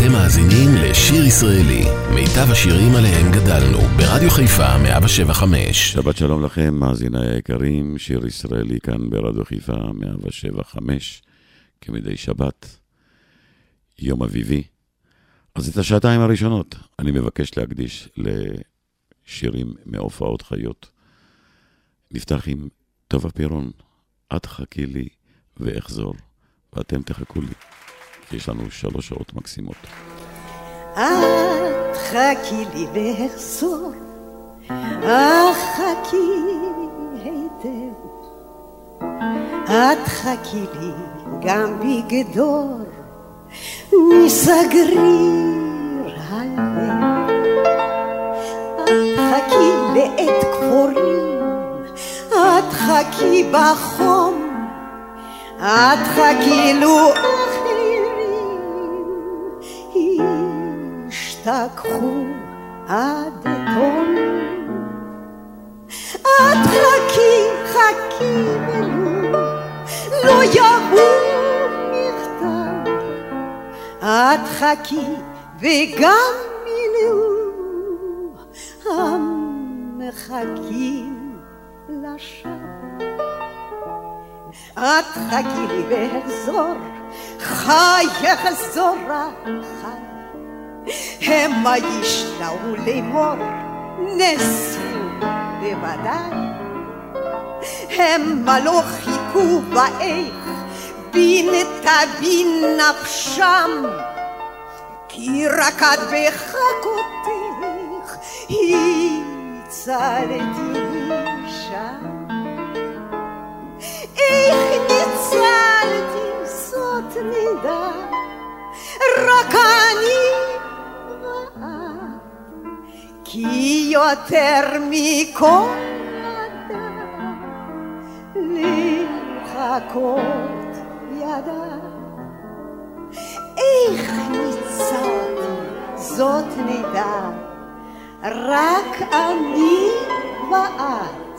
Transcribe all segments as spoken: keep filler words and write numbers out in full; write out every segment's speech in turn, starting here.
אתם מאזינים לשיר ישראלי, מיטב השירים עליהם גדלנו, ברדיו חיפה מאה שבע חמש. שבת שלום לכם, מאזיני היקרים, שיר ישראלי כאן ברדיו חיפה מאה שבע חמש, כמדי שבת, יום אביבי. אז את השעתיים הראשונות אני מבקש להקדיש לשירים מהופעות חיות. נפתח עם טובה פירון, את חכי לי ואחזור, ואתם תחכו לי, כי יש לנו שלוש שעות מקסימות. את חכי לי ואחזור, את חכי היטב, את חכי לי גם בגדור מסגריר הלב, את חכי לעת כפורים, את חכי בחום, את חכי לו אחרים ישתכחו עד תום, את חכי חכי ולו לא יבוא מכתב, את חכי וגם מילאו המחכים לשווא, את חכי לי ואחזור, חי יחזור חי, המה ישנאו לאמור נאספו בוודאי, המה לא חיכו באיך בין תבין נפשם, כי רק את בחכותך הצלתי שם. איך ניצלתי זאת נדע, רק אני ואת, כי יותר מכל אדם לחכות ידע. איך ניצלתי זאת נדע, רק אני ואת,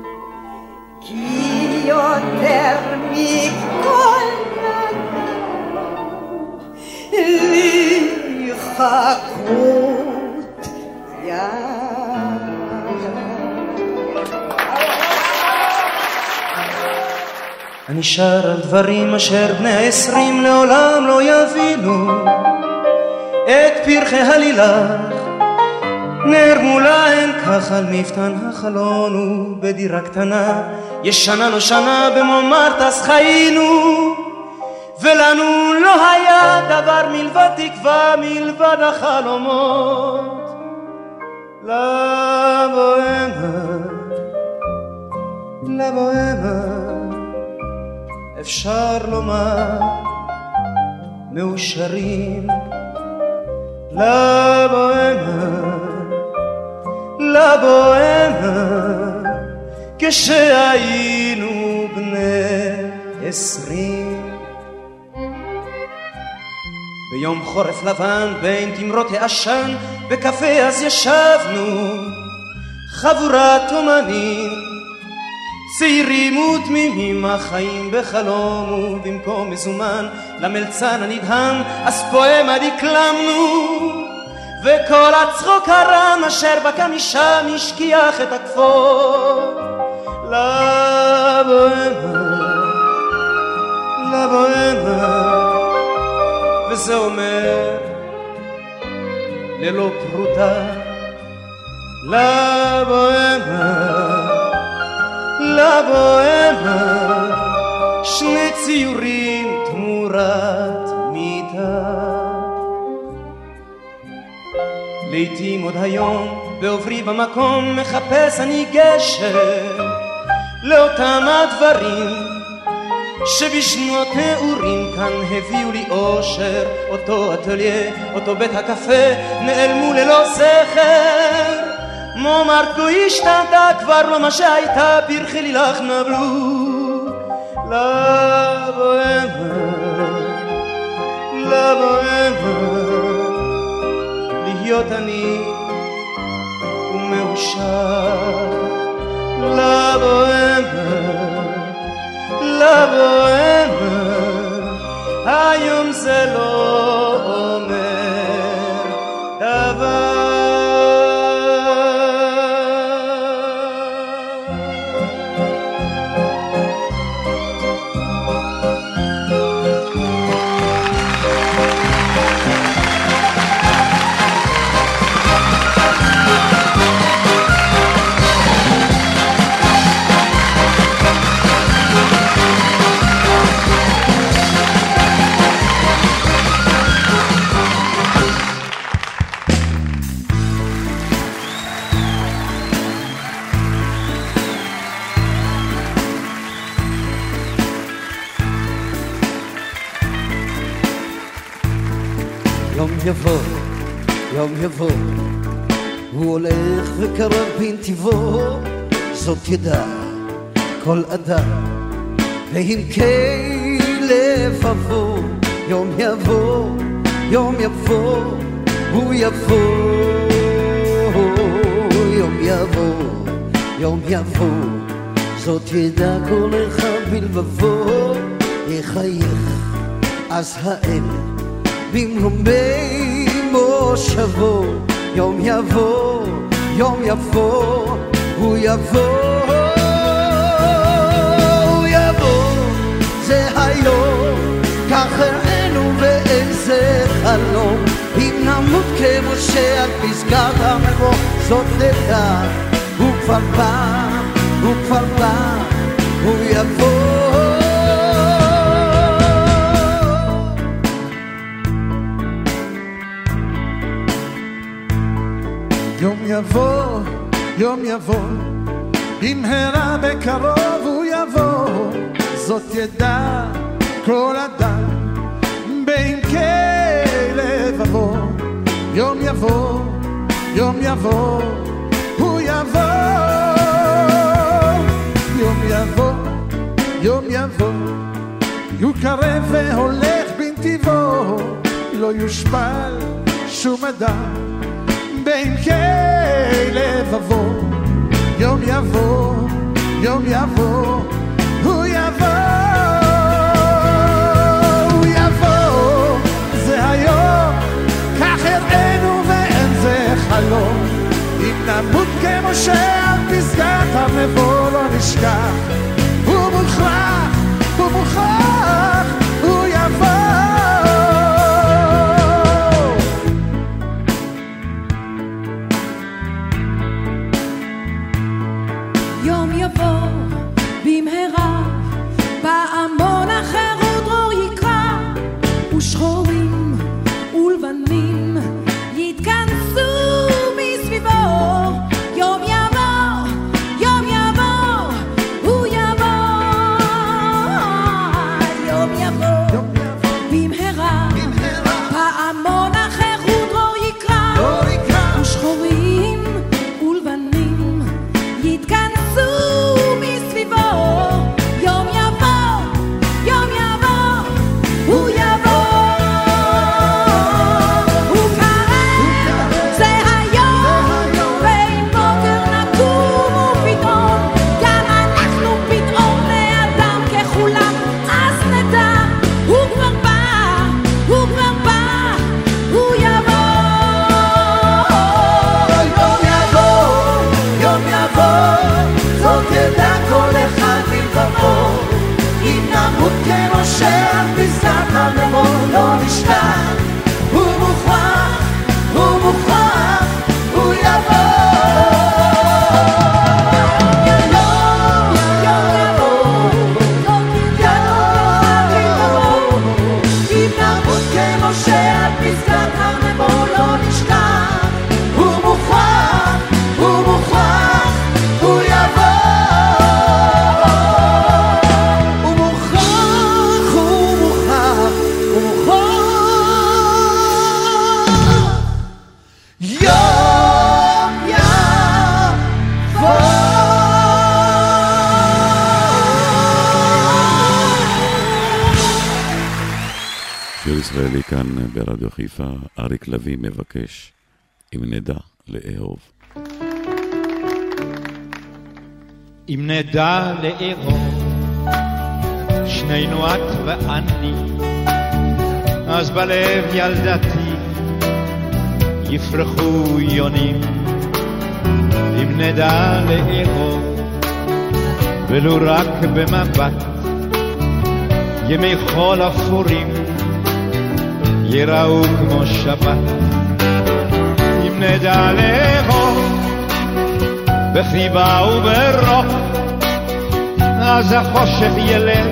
כי יותר מכל אדם לחכות יד. אני שר על דברים אשר בני העשרים לעולם לא יבינו, את פרחי הלילך נערמו להן כך על מפתן החלון, ובדירה קטנה ישנה לא שנה במומרטס חיינו, ולנו לא היה דבר מלבד תקווה, מלבד החלומות. לבוהמה, לבוהמה אפשר לומר מאושרים, לבוהמה, לבוהמה כשהיינו בני עשרים. ביום חורף לבן בין תמרות העשן בקפה אז ישבנו חבורת אומנים צעירים ותמימים החיים בחלום, ובמקום מזומן למלצן הנדהם אז פואמה דקלמנו, וכל הצחוק הרם אשר בקע משם השכיח את הכפור. לבוהמה, לבוהמה, וזה אומר ללא פרוטה. לבוהמה, לבוהמה, שני ציורים תמורת מיטה. לעתים עוד היום בעוברי במקום מחפש אני גשר לאותם הדברים שבשנות נעורים כאן הביאו לי אושר. אותו אטליה, אותו בית הקפה נעלמו ללא זכר, מומרטו השתנתה כבר לא מה שהייתה, פרחי לילך נבלו. לבוהמה, לבוהמה, להיות אני ומאושר. לבוהמה, לבוהמה, היום זה לא אומר יום יבוא, יום יבוא, הוא הולך וקרב בנתיבו, זאת ידע כל אדם, ועמקי לבבו, יום יבוא, יום יבוא, הוא יבוא, יום יבוא, יום יבוא, זאת ידע כל אחד בלבבו, יחייך אז האל במרומי מושבו, יום יבוא, יום יבוא, הוא יבוא, הוא יבוא, זה היום, כך הראינו ואיזה חלום, אם נמות כמו שעל פסגת המבוא, זאת נדע, הוא כבר בא, הוא כבר בא, הוא יבוא. יום יבוא, יום יבוא, במהרה בקרוב הוא יבוא, זאת ידע כל אדם, בעמקי לבבו, יום יבוא, יום יבוא, הוא יבוא, יום יבוא, יום יבוא, הוא קרב והולך בנתיבו, לא יושפל שום אדם, בעמקי לבבו, יום יבוא, יום יבוא, הוא יבוא, הוא יבוא, זה היום, כך הראינו ואין זה חלום, אם נמות כמו שעל פסגת המבוא לא נשכח, הוא מוכרח, הוא מוכרח, הוא יבוא. יום יבוא במהרה, פעמון החירות אור יקרא, ושחורים ולבנים יתכנסו מסביבו, יום יבוא, יום יבוא, הוא יבוא, יום יבוא במהרה, פעמון החירות אור יקרא, ושחורים ולבנים יתכנסו מסביבו, יום יבוא, יום יבוא, הוא יבוא, הוא קרב, זה היום, ועם בוקר נקום ופתאום, גם אנחנו פתאום לאדם ככולם, אז נדע, הוא כבר בא, הוא כבר בא, הוא יבוא, יום יבוא, יום יבוא, זאת ידע כל אחד בלבבו, אם נמות כמו שעל פסגת המבוא לא נשכח, הוא מוכרח, הוא מוכרח, הוא יבוא, יום יבוא, זאת ידע בלבבו, אם נמות כמו שעל פסגת המבוא לא נשכח, הוא מוכרח, הוא מוכרח, הוא יבוא, הוא מוכרח, הוא מוכרח, הוא מוכרח, יום יבוא. שיר ישראלי כאן ברדיו חיפה, אריק לוי מבקש, אם נדע לאהוב. אם נדע לאהוב, שנינו את ואני, אז בלב ילדתי יפרחו יונים. אם נדע לאהוב, ולו רק במבט, ימי חול אפורים יראו כמו שבת. אם נדע לאהוב, בחיבה וברוך, אז החושך ילך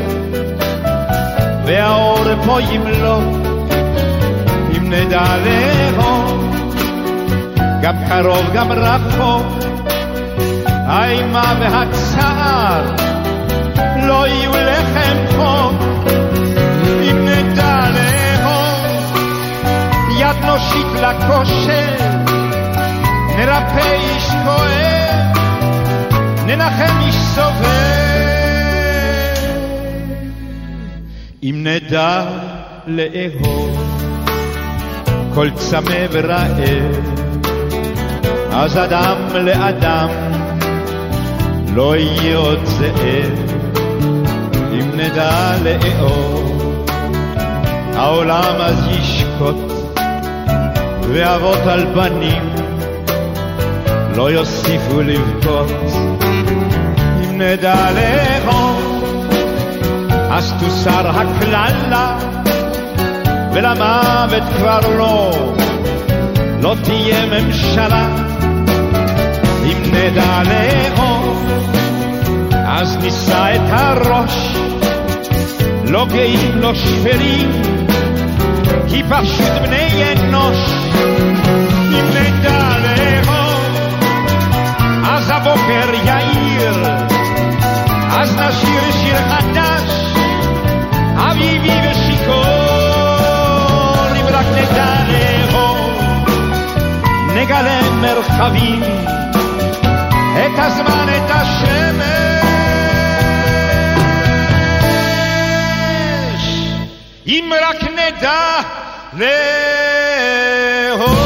והאור פה ימלוך. אם נדע לאהוב, גם קרוב גם רחוק, האימה והצער לא יהיו לכם פה. אם נדע לאהוב, יד נושיט לכושר, נרפא איש כואב, ננחם איש סובל. אם נדע לאהוב כל צמא ורעב, אז אדם לאדם לא יהיה עוד זאב. אם נדע לאהוב העולם אז ישקוט, ואבות על בנים לא יוסיפו לבכות. אם נדע לאהוב אז תוסר הכללה, ולמוות כבר לא לא תהיה ממשלה. אם נדע לאהוב אז נישא את הראש, לא גאים לא שפלים כי פשוט בני אנוש. אם נדע לאהוב אז הבוקר יאיר, אז נשיר שיר חדש אביבי ושיכור. אם רק נדע לאהוב נגלה מרחבים, את הזמן את השמש. אם רק נדע לאהוב.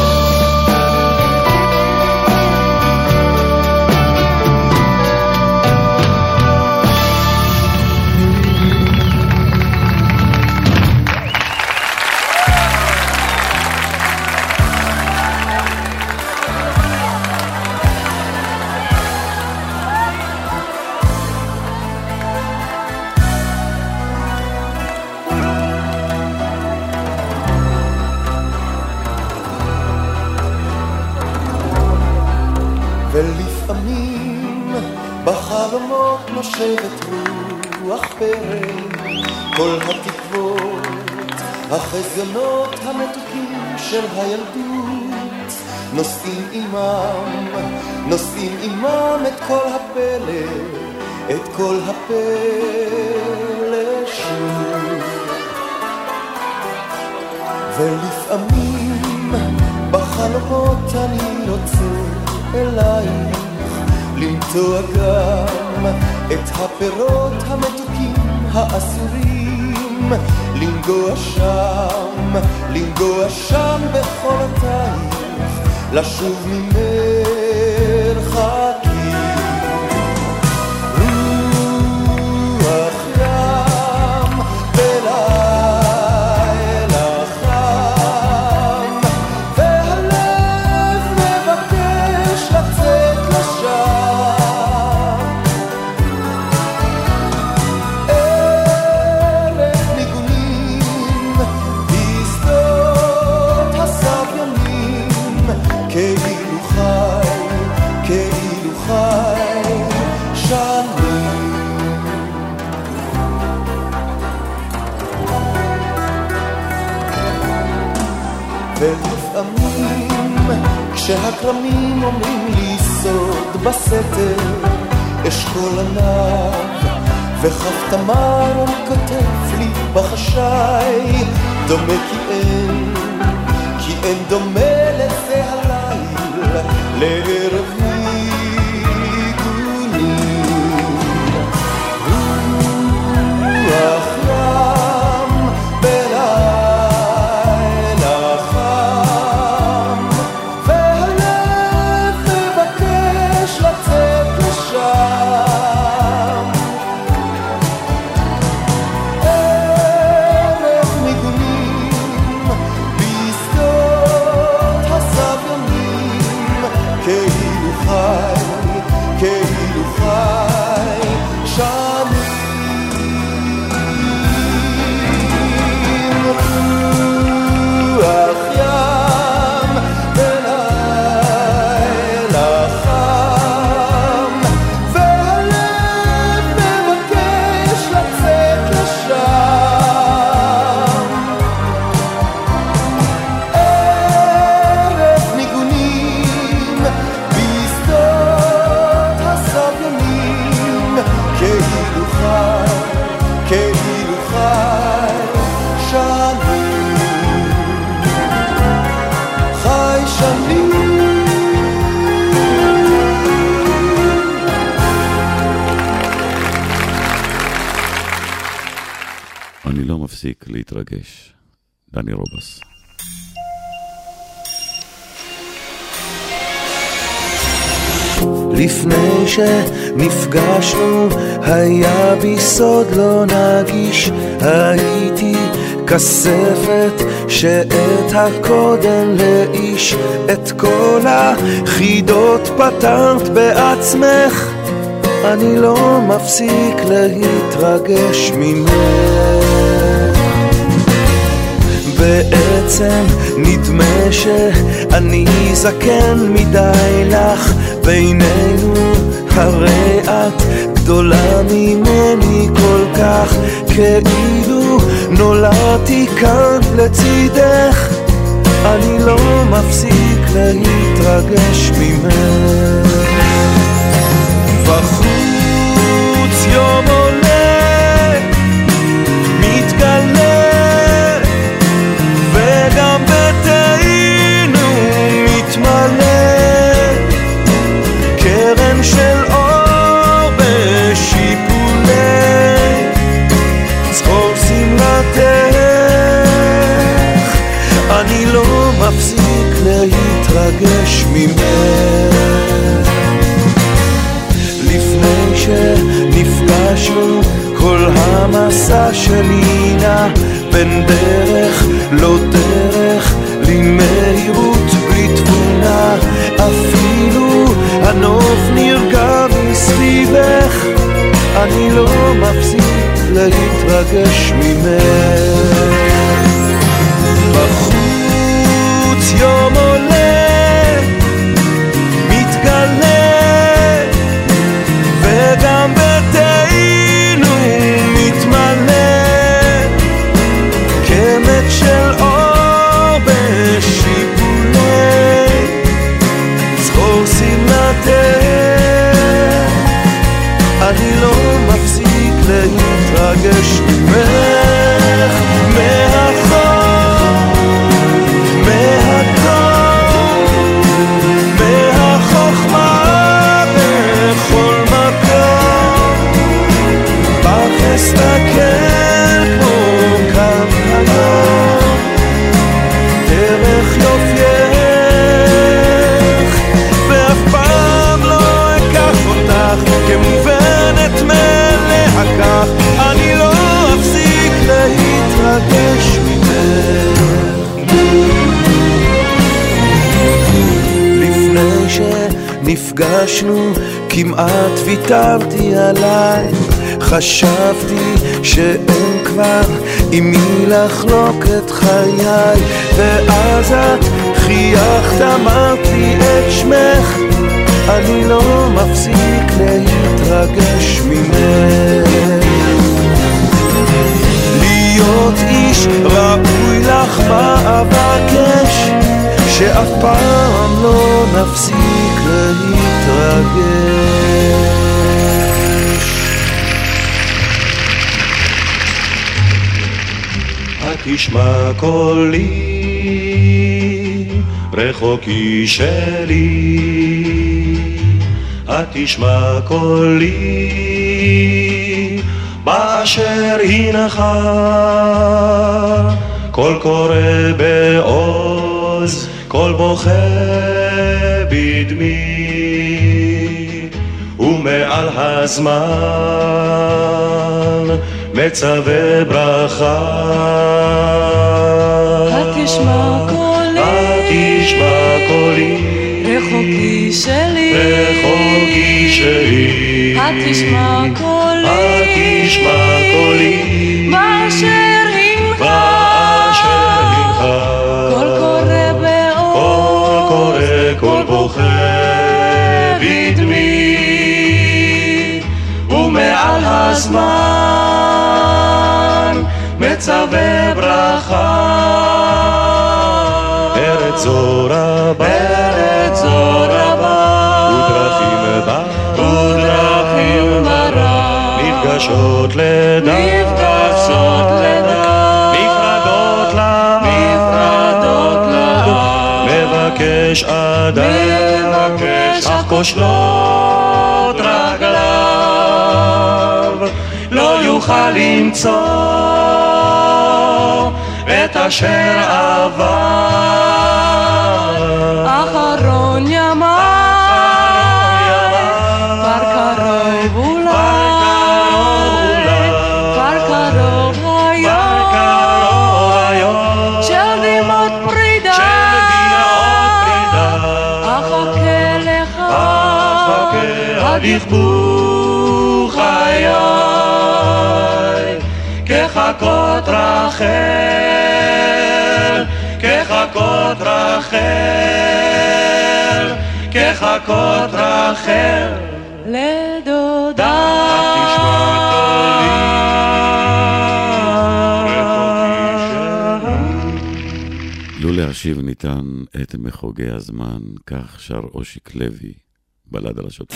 ולפעמים בחלומות נושבת רוח פרא, כל התקוות, החזיונות המתוקים של הילדות נושאים עימם, נושאים עימם את כל הפלא, את כל הפלא שוב. ולפעמים בחלומות אני רוצה אלייך למצוא גם את הפירות המתוקים האסורים, לנגוע שם, לנגוע שם בחולתייך, לשוב ממרחקים. רוח ים בלילה חם, והלב מבקש לצאת לשם. אלף ניגונים בשדות הסביונים, כאילו חי, כאילו חי שנים. ולפעמים כשהכרמים אומרים לי סוד בסתר, אשכול ענב וכף תמר כותב לי בחשאי, דומה כי אין, כי אין דומה לזה הלילה לערב ניגונים. רוח ים בלילה חם, והלב מבקש לצאת לשם. אלף ניגונים בשדות להפסיק להתרגש. דני רובס. לפני שנפגשנו היה בי סוד לא נגיש, הייתי כספת שאת הקודם לאיש, את כל החידות פתרת בעצמך, אני לא מפסיק להתרגש ממך. בעצם נדמה שאני זקן מדי לך, בינינו הרי את גדולה ממני כל כך, כאילו נולדתי כאן לצידך, אני לא מפסיק להתרגש ממך. בחוץ יום עולה מתגלה, וגם ביתנו מתמלא, קרן של אור בשיפולי, זכור שמלתך, אני לא מפסיק להתרגש ממך. לפני שנפגשנו כל המסע שלי נע בין דרך לא דרך, לי מהירות בלי תבונה, אפילו הנוף נרגע מסביבך, אני לא מפסיק להתרגש ממך. בחוץ יום עולה מתגלה, וגם ביתנו מתמלא, קמת של אור בשיפולי, זכור שמלתך, אני לא מפסיק להתרגש ממך. מהחור, מהטוב, מהחוכמה בכל מקום, בך אסתכל כמו קו היום, דרך יופייך, ואף פעם לא אקח אותך כמובנת מלאה כך, אני לא אפסיק להתרגש ממך. לפני שנפגשנו כמעט ויתרתי עליי, חשבתי שאין כבר עם מי לחלוק את חיי, ואז את חייכת אמרתי את שמך, אני לא מפסיק להתרגש ממך. להיות איש ראוי לך מה אבקש, שאף פעם לא נפסיק להתרגש. התשמע קולי רחוקי שלי, התשמע קולי באשר הנך, קול קורא בעוז, קול בוכה בדמי, ומעל הזמן מצווה ברכה. התשמע קולי, התשמע קולי רחוקי שלי, רחוקי שלי, התשמע קולי, התשמע קולי באשר הנך, באשר הנך, קול קורא בעוז, קול קורא, קול בוכה בדמי, ומעל הזמן מצווה ברכה. ארץ זו רבה, ארץ זו רבה, ודרכים בה, ודרכים ברא, נפגשות לידה, נפגשות לידה, נפרדות לה, נפרדות לה, מבקש אדם, מבקש אך כושלות רגליו, לא יוכל נוכל למצוא את אשר עבר. אחרון ימיי, כבר קרוב אולי, כבר קרוב היום, של דמעות פרידה, אחכה לך, עד יכבו חיי, כחכות רחל, כחכות רחל, כחכות רחל, לדודה. תשמע קולי, לו להשיב ניתן את מחוגי הזמן, כך שר אושיק לוי, בלד על השוטר.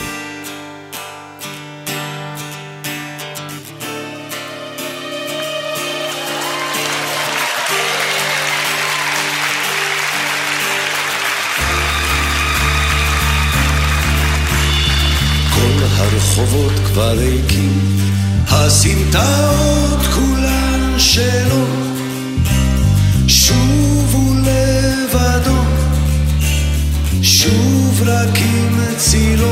הרחובות כבר ריקים, הסמטאות כולן שלו, שוב ולבדו, שוב רק עם צילו.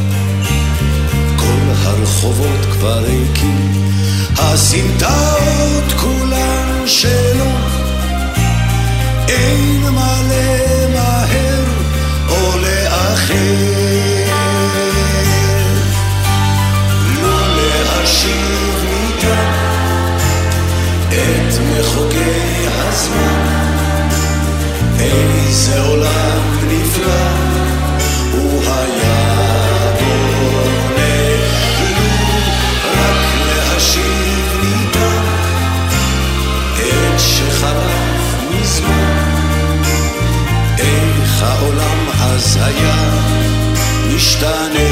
כל הרחובות כבר ריקים, הסמטאות כולן שלו, אין מה למהר או לאחר. להשיב ניתן את מחוגי הזמן, איזה עולם נפלא הוא היה בונה. לו רק להשיב ניתן את שחלף מזמן, איך העולם אז היה משתנה.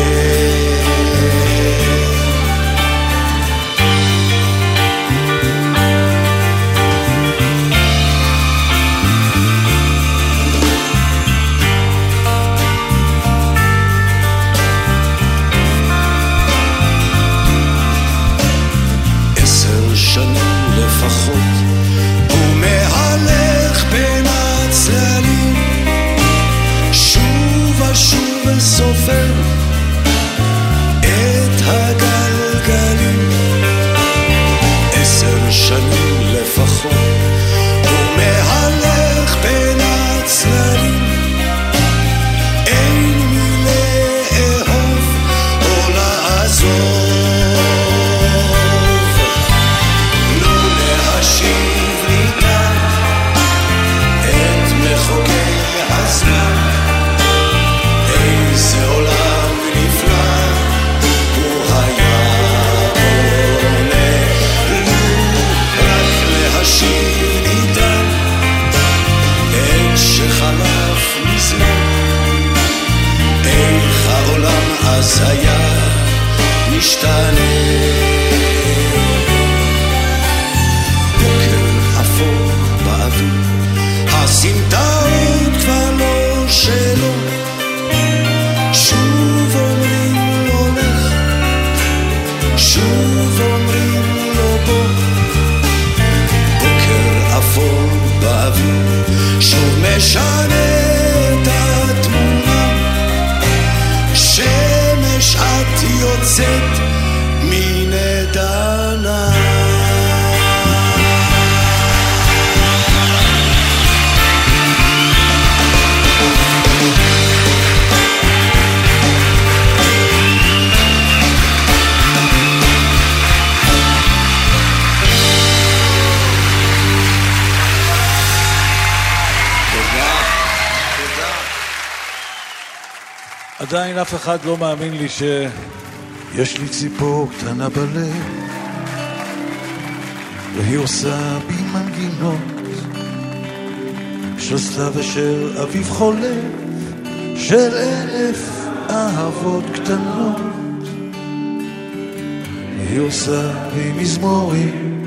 לפחות הוא מהלך בין הצללים, שוב ושוב סופר את הגלגלים. עשר שנים לפחות הוא מהלך בין הצללים, אין מי לאהוב או לעזור. איזה עולם נפלא הוא היה בונה. לו רק להשיב ניתן את שחלף מזמן, איך העולם אז היה משתנה. בוקר אפור באוויר, הסמטאות כבר לא שלו, שוב אומרים לו לך, שוב אומרים לו בוא. בוקר אפור באוויר, שוב משנה את התמונה, שמש את יוצאת מן עדנה. עדיין אף אחד לא מאמין לי שיש לי ציפור קטנה בלב, והיא עושה בי מנגינות של סתיו ושל אביב חולף, של אלף אהבות קטנות. היא עושה בי מזמורים,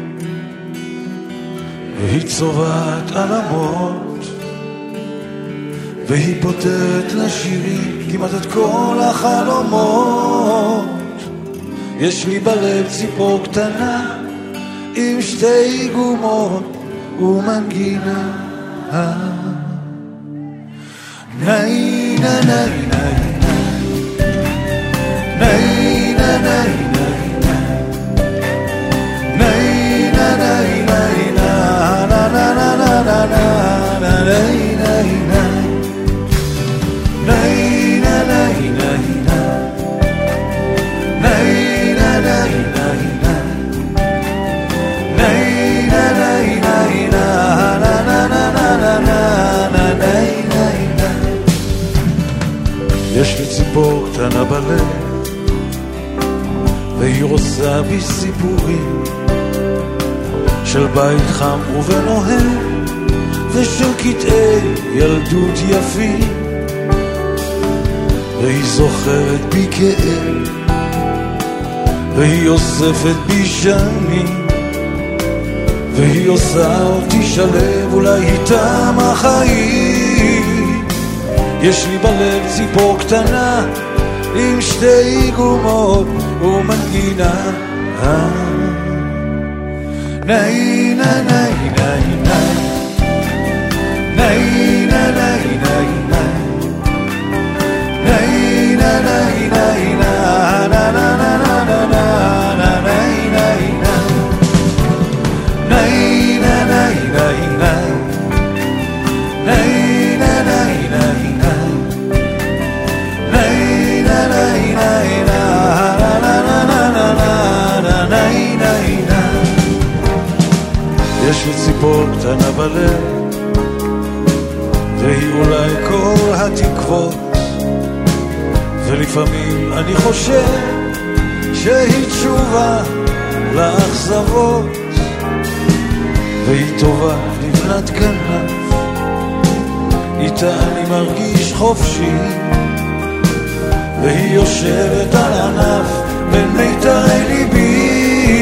והיא צובעת עלמות, והיא פותרת לשירים כמעט את כל החלומות. יש לי בלב ציפור קטנה עם שתי גומות ומנגינה. ניי ניי ניי ניי ניי יש לי ציפור קטנה בלב והיא רוצה בי סיפורים של בית חם ובנוהם ושל קטעי ילדות יפים, והיא זוכרת בי כאב והיא אוספת בי שנים, והיא עושה אותי שלב אולי איתם החיים. יש לי בלב ציפור קטנה עם שתי גומות ומנגינה. ניי ניי ניי ניי ניי ניי ניי ניי ניי ניי ניי יש לי ציפור קטנה בלב והיא אולי כל התקוות, ולפעמים אני חושב שהיא תשובה לאכזבות, והיא טובה לבנת כנף איתה אני מרגיש חופשי, והיא יושבת על ענף בין מיתרי ליבי.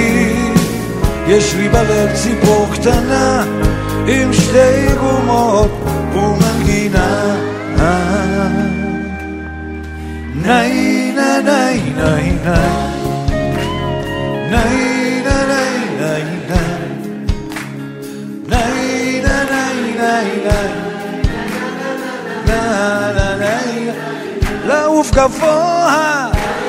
יש לי בלב ציפור קטנה עם שתי גומות ומנגינה. ניי ניי ניי ניי ניי ניי ניי ניי לעוף גבוה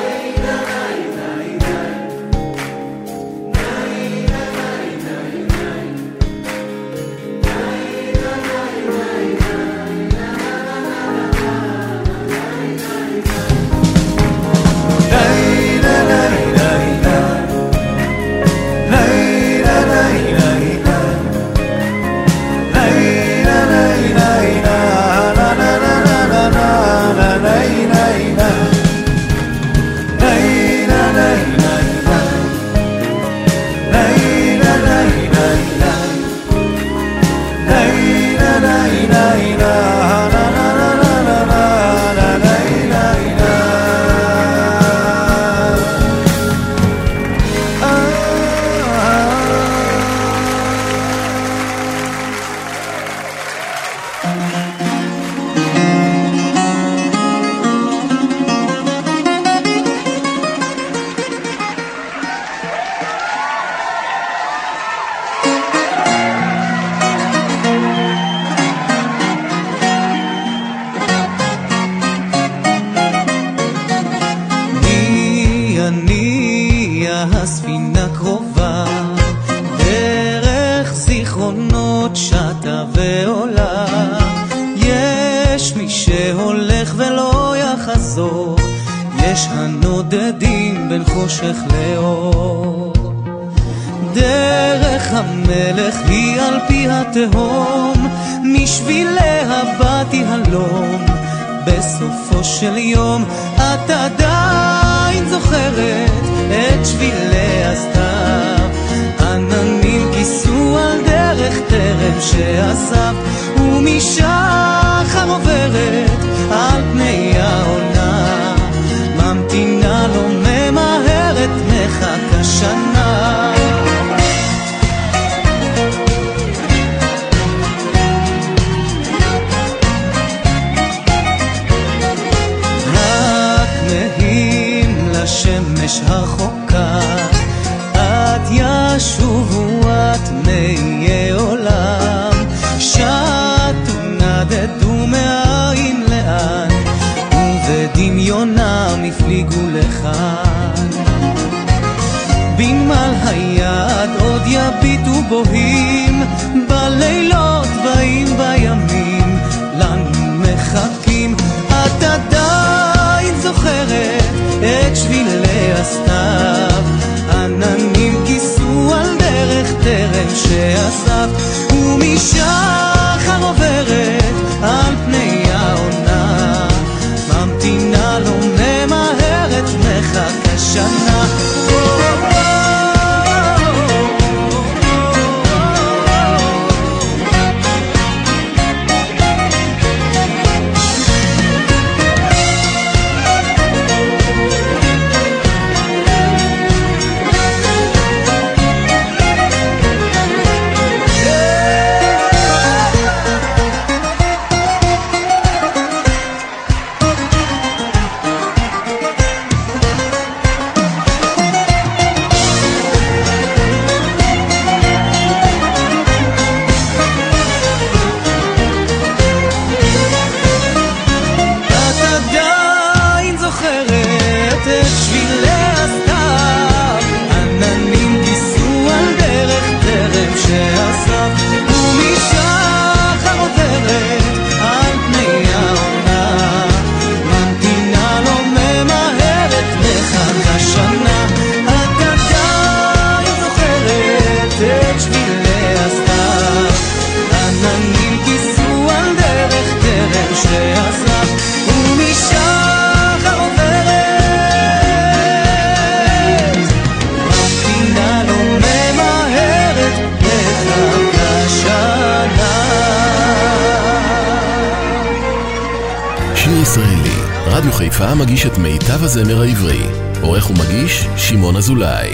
יש הנודדים בין חושך לאור. דרך המלך היא על פי התהום, משביליה באתי הלום. בסופו של יום את עדיין זוכרת את שבילי הסתיו. עננים כיסו על דרך טרם שאסף, ומשחר עוברת על פני העונה. ממתינה לא ממהרת, מחכה שנה. רק מהים לשמש הרחוקה, עד ישובו הפליגו לכאן. בנמל היד עוד יביטו בוהים, בלילות באים בימים לנו מחכים. את עדיין זוכרת את שבילי הסתיו, עננים כיסו על דרך טרם שאסף, ומשחר עוברת על פני העונה, ממתינה לו ממהרת מחכה שנה. רדיו חיפה מגיש את מיטב הזמר העברי. עורך ומגיש שמעון אזולאי.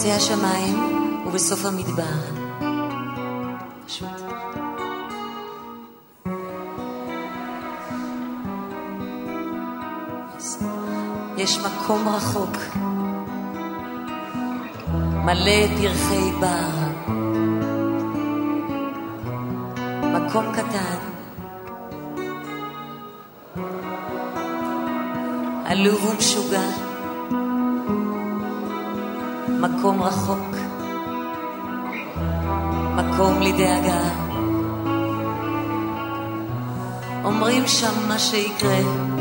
בקצה השמיים ובסוף המדבר. פשוט. יש מקום רחוק, מלא פרחי בר, מקום קטן, עלוב ומשוגע, מקום רחוק, מקום לדאגה. אומרים שם מה שיקרה,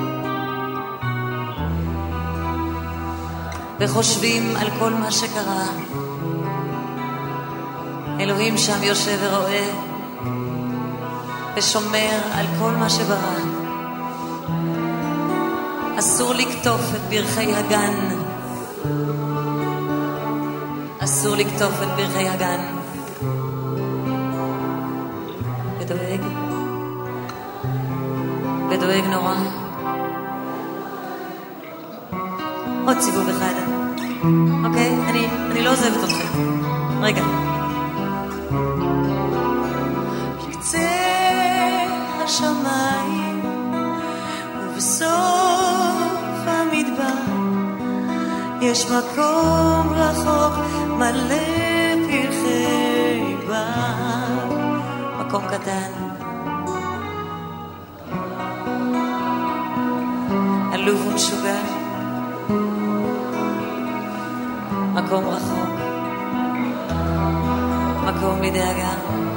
וחושבים על כל מה שקרה. אלוהים שם יושב ורואה, ושומר על כל מה שברא. אסור לקטוף את פרחי הגן, אסור לקטוף את פרחי הגן. ודואג, ודואג נורא. עוד סיבוב אחד. אוקיי? אני, אני לא עוזבת אתכם. רגע. בקצה השמיים ובסוף המדבר יש מקום רחוק מלא פרחי בר. מקום קטן, עלוב ומשוגע, מקום רחוק, מקום לדאגה.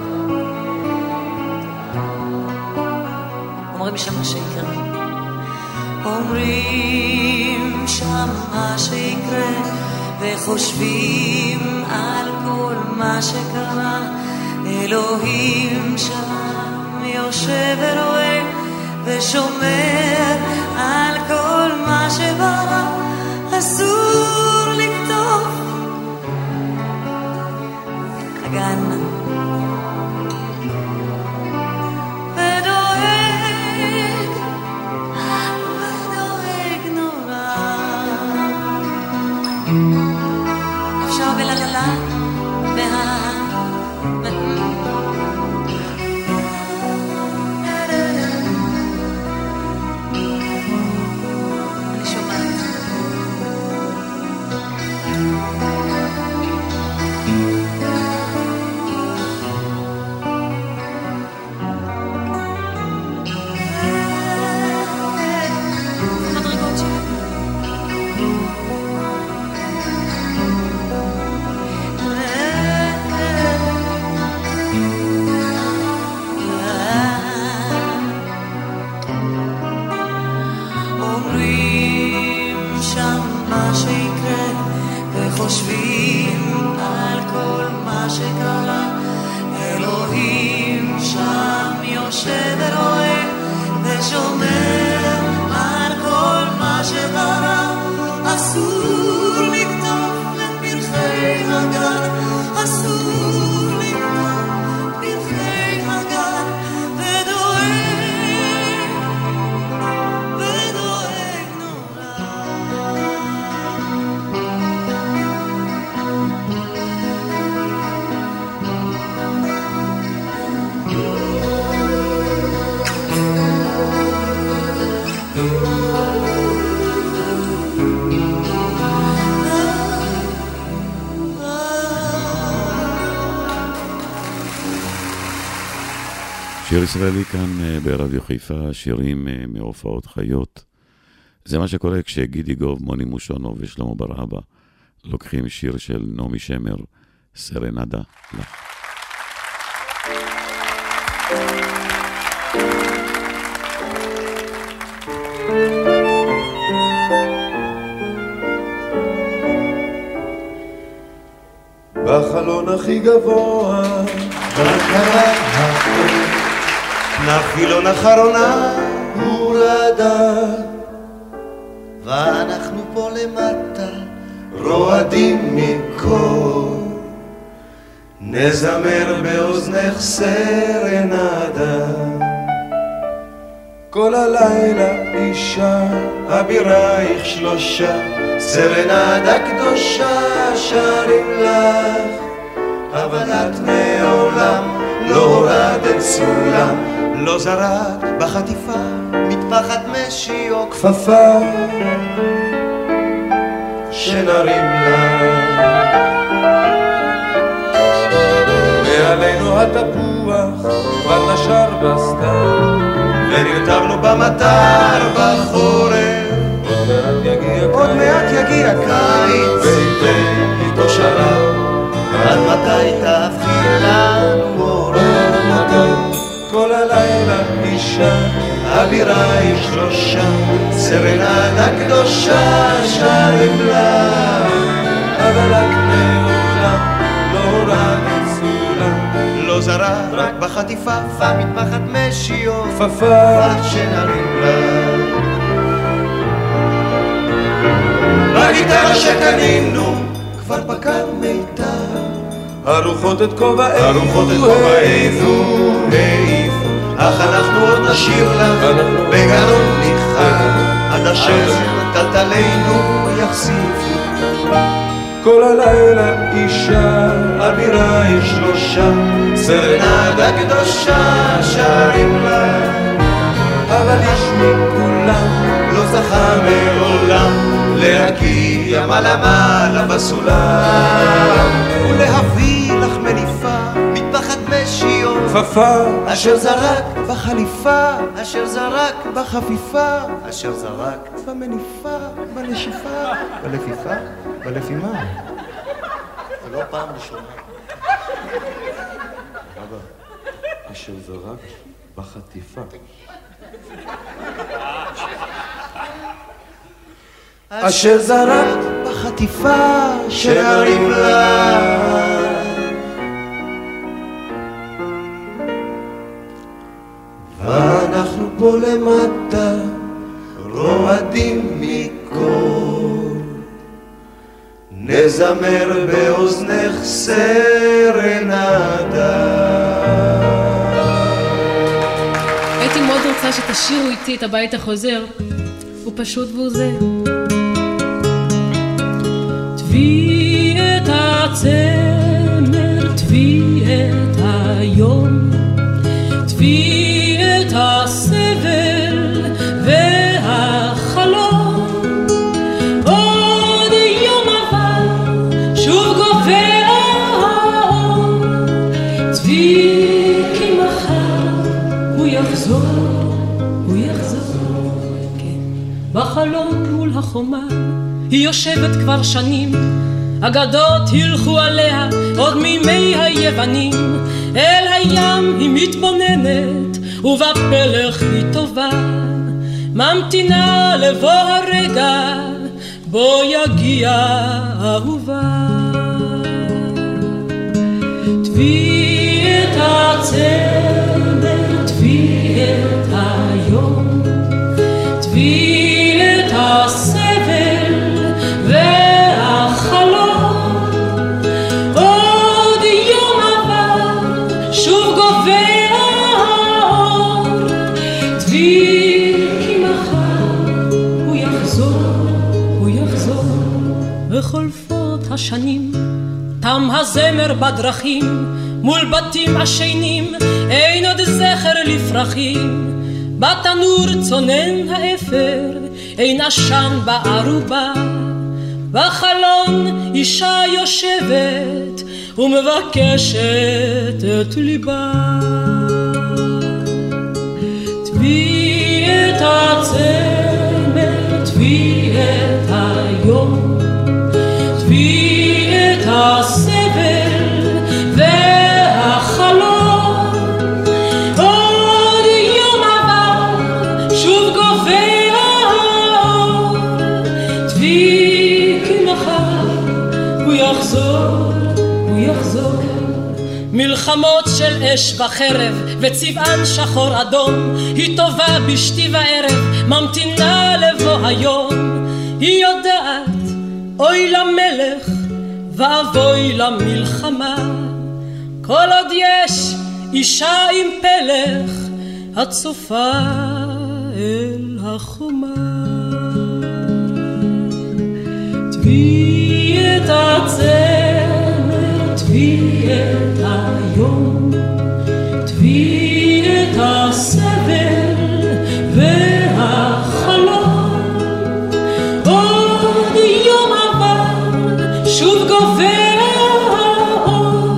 אומרים שם מה שיקרה, אומרים שם מה שיקרה, וחושבים על כל מה שקרה. אלוהים שם יושב ורואה, ושומר על כל מה שברא. אסור לקטוף הגן, ודואג, ודואג נורא. אפשר בלללה מה... חושבים על כל מה שקרה. אלוהים שם יושב ורואה, ושומר על כל מה שברא. אסור לקטוף את פרחי הגן, אסור לקטוף פרחי הגן, ודואג, ודואג נורא. שיר ישראלי כאן ברדיו חיפה, שירים מהופעות חיות. זה מה שקורה כשגידי גוב, מוני מושונוב ושלמה ברעבה לוקחים שיר של נעמי שמר, סרנדה לך. בחלון הכי גבוה בקרה הכל נפילון אחרונה הורדה, ואנחנו פה למטה רועדים מכל. נזמר באוזנך סרנדה, כל הלילה אישה, אבירייך שלושה, סרנדה קדושה שרים לך, אבל את מעולם לא הורדת סולם, לא זרק בחטיפה, מטפחת משי או כפפה, שנרים לך. מעלינו התפוח כבר נשר בסתיו, ונרטבנו במטר בחורף, עוד מעט יגיע קיץ, עוד מעט יגיע קיץ, וייתן איתו שרב, עד מתי תהפכי לנו אורה, מתי כל הלילה אישה, אבירייך שלושה, סרנדה קדושה שרים לך, אבל את מעולם לא הורדת סולם, לא זרה רק בחטיפה, מטפחת משי או כפפה, שנרים לך. בגיטרה שקנינו כבר פקד מיתר, הרוחות את כובענו, הרוחות את כובענו העיפו, אך אנחנו עוד נשאיר לך בגרון ניחר, עד אשר טלטלינו יחשיפו. כל הלילה אישה, אבירייך שלושה, סרנדה קדושה שרים לך, אבל איש מכולם לא זכה מעולם להגיע מעלה מעלה בסולם, ולהביא לך מניפה, מטפחת משי או כפפה, אשר זרק בחליפה, אשר זרק בחפיפה, אשר זרק במניפה, בנשיפה, בלפיפה, בלפימה. זה לא פעם ראשונה. אבא, אשר זרק בחטיפה. אשר זרק בחטיפה שנרים לה, ואנחנו פה למטה רועדים מקור, נזמר באוזנך סרנדה. הייתי מאוד רוצה שתשירו איתי את הבית החוזר, הוא פשוט והוא זה. תביא את הצמר, תביא את היום, תביא את הסבל והחלום, עוד יום עבר שוב גובר האור, תביא כי מחר הוא יחזור, הוא יחזור, כן. בחלום מול החומה היא יושבת כבר שנים, אגדות הלכו עליה עוד מימי היוונים, אל הים היא מתבוננת ובפלך היא טובה, ממתינה לבוא הרגע בו יגיע אהובה. תביא את הצמר, תביא את היום, תביא את הסבל והחלום, עוד יום עבר שוב גובר האור, תביא כי מחר הוא יחזור, הוא יחזור. וחולפות השנים, תם הזמר בדרכים, מול בתים עשנים, אין עוד זכר לפרחים, בתנור צונן האפר, אין עשן בערובה, בחלון אישה יושבת ומבקשת את ליבה. תביא את הצמר, תביא את היום, תביא את הסבל והחלום, עוד יום עבר שוב גובר האור, תביא כי מחר הוא יחזור, הוא יחזור. מלחמות של אש וחרב וצבען שחור אדום, היא טובה בשתי וערב, ממתינה לבוא היום, היא יודעת אוי למלך ואבוי למלחמה, כל עוד יש אישה עם פלך הצופה אל החומה. תביא את הצמר, תביא את היום, תביא את הסבל והחלום. עוד יום עבר, שוב גובר האור,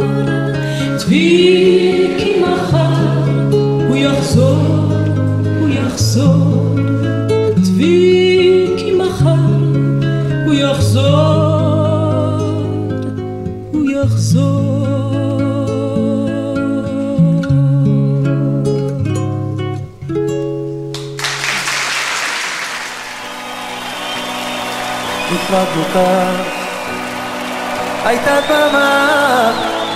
תביא כי מחר הוא יחזור, הוא יחזור. תביא כי מחר הוא יחזור, הוא יחזור. נפרדנו כך, הייתה דממה,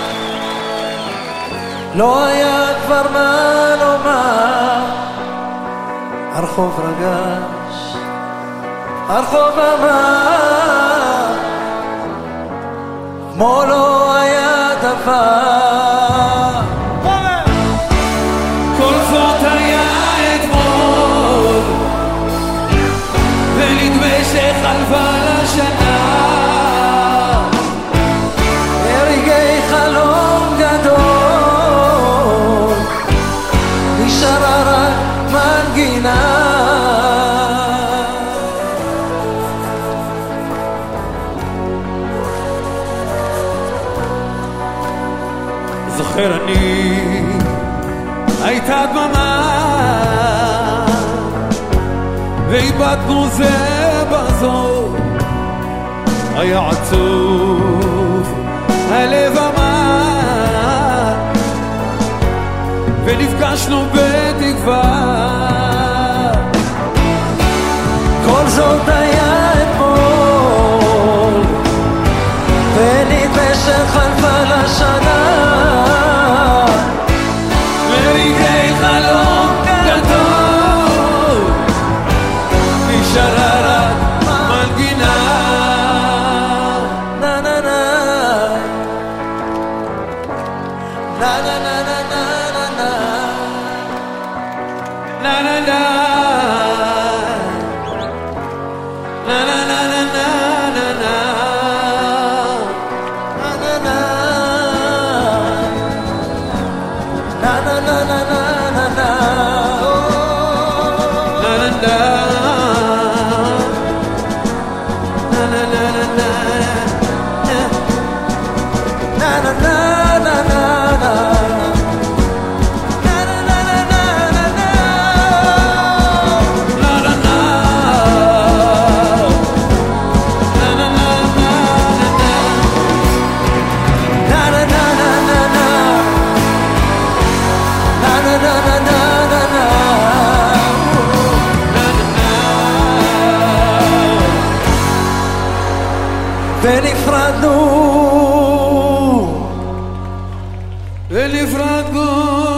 לא היה כבר מה לומר. הרחוב רגש, הרחוב אמר, כמו לא היה דבר. כל זאת היה אתמול, ונדמה שחלפה לשנה. ברגעי חלום גדול, נשארה רק מנגינה. זוכר אני, הייתה דממה, ואיבדנו זה בזו. היה עצוב, הלב אמר, ונפגשנו בתקווה. כל זאת היה אתמול, ונדמה שחלפה לשנה. ברגעי חלום גדול, נשארה רק מנגינה. נה נה נה נה נה נה נה נה נה נה נה ונפרדנו, ונפרדנו,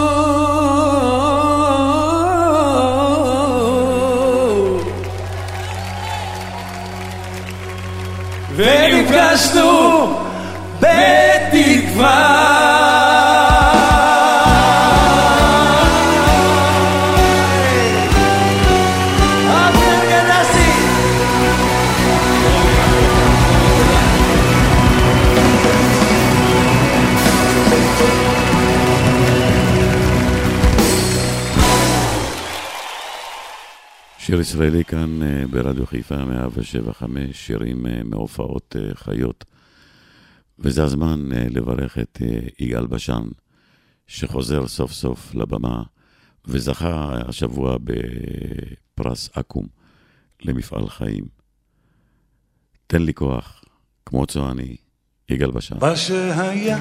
ונפגשנו בתקווה. שיר ישראלי כאן ברדיו חיפה מאה שבע חמש, שירים מהופעות חיות. וזה הזמן לברך את יגאל בשן, שחוזר סוף סוף לבמה, וזכה השבוע בפרס אקו"ם למפעל חיים. תן לי כוח, כמו צועני, יגאל בשן. מה שהיה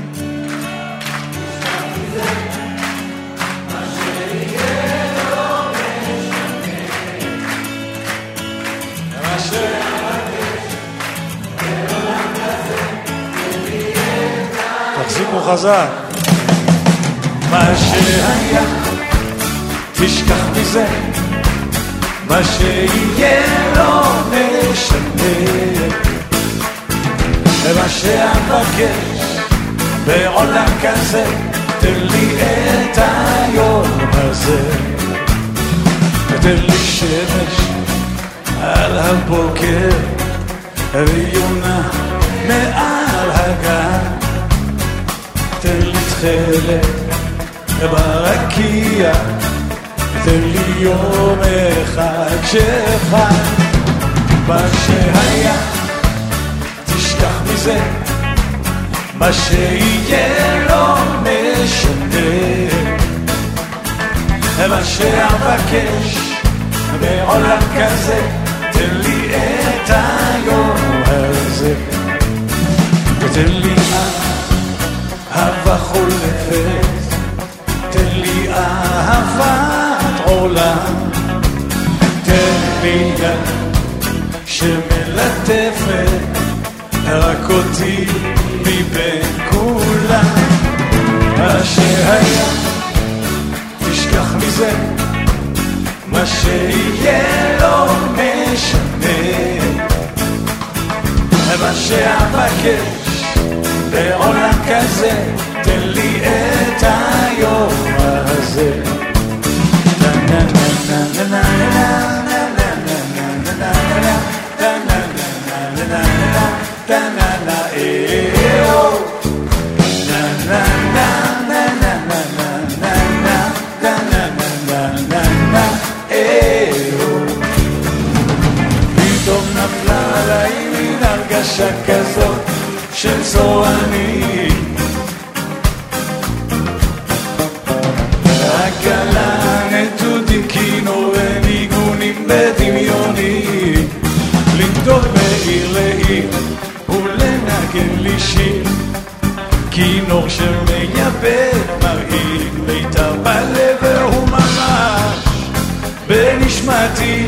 תחזיקו חזק. מה שהיה תשכח מזה, מה שיהיה לא משנה, ומה שאבקש בעולם כזה, תן לי את היום הזה. תן לי שמש על הבוקר ויונה מעל הגן, תן לי תכלת ברקיע, תן לי יום אחד שחי. מה שהיה תשכח מזה, מה שיהיה לא משנה, מה שאבקש בעולם כזה, תן לי את היום הזה, תן לי אהבה חולפת, תן לי אהבת עולם, תן לי יד שמלטפת רק אותי מבין כולם. מה שהיה תשכח מזה, מה שיהיה לא משנה, מה שאבקש בעולם כזה, תן לי את היום הזה. פתאום נפלה עליי מין הרגשה כזאת של צורני, הקלה נטודים כינור וניגונים בדמיוני, למדוד מעיר לעיר ולנגן לי שיר, כינור שמייבד מרעיד מיתר בלב והוא ממש בנשמתי,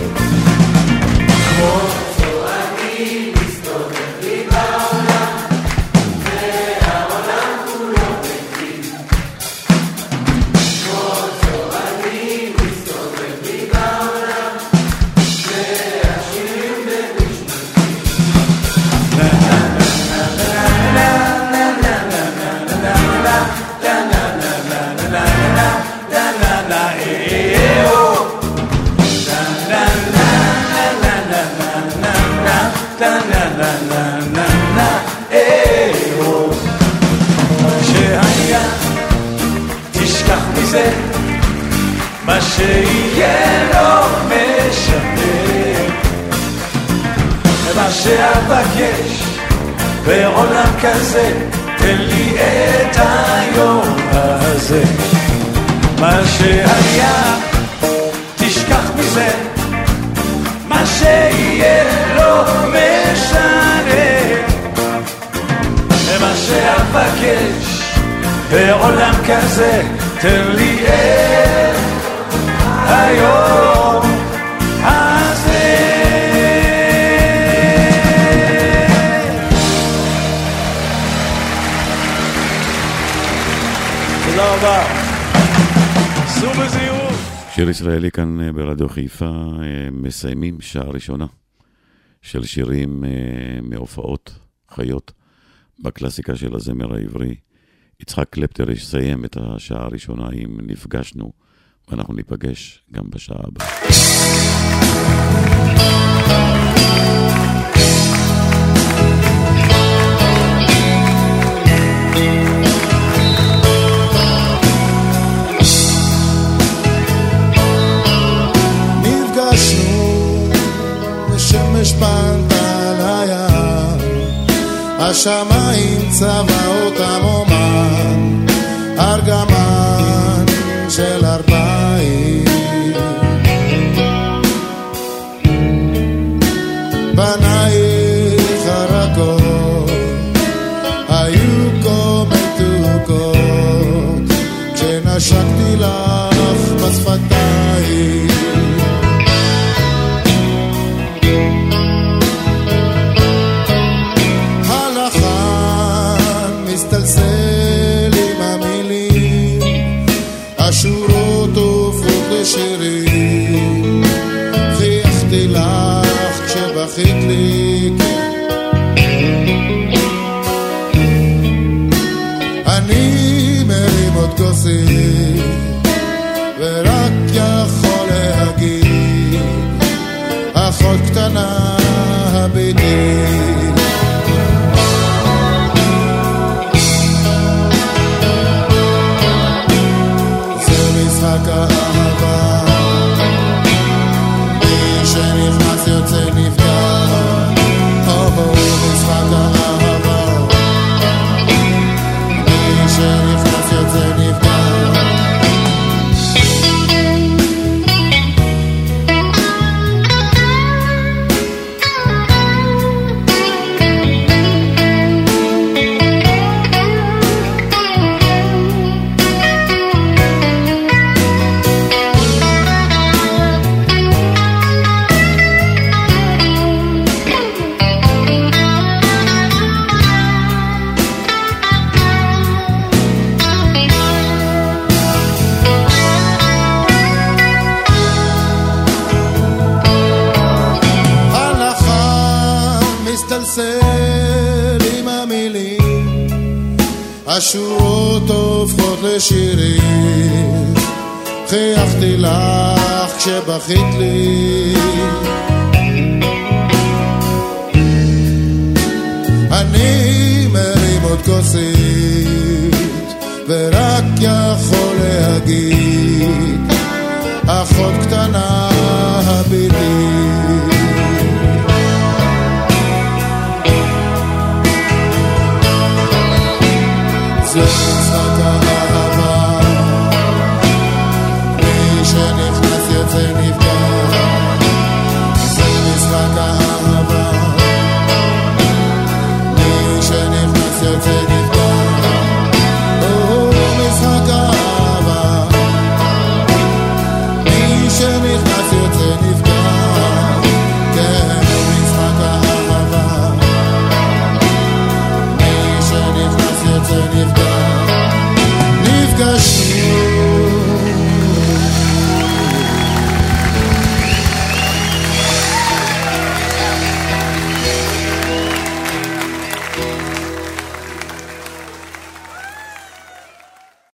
כמו צורני מסתובב לי בעולם והעולם כולו ביתי, כמו צורני מסתובב לי בעולם והשירים בנשמתי. שהיה תשכח מזה, מה שיהיה לא משנה, מה שאבקש בעולם כזה, תן לי את היום הזה. מה שהיה תשכח מזה, מה שיהיה לא משנה, מה שאבקש בעולם כזה, תן לי את היום הזה. תודה רבה. סעו בזהירות. שיר ישראלי כאן ברדיו חיפה, מסיימים שעה ראשונה של שירים מהופעות חיות בקלאסיקה של הזמר העברי. יצחק קלפטר יסיים את השעה הראשונה עם נפגשנו, ואנחנו ניפגש גם בשעה הבאה. השמש פנתה לים, השמיים צבע אותם אומן, ארגמן של ארבעים, בנייך הרכות היו כה מתוקות, כשנשקתי לך בשפתיים, מסתלסל עם המילים, השורות הופכות לשירים, חייכתי לך כשבכית לי, אני מרים עוד כוסית ורק יכול להגיד, אחות קטנה הביטי. זה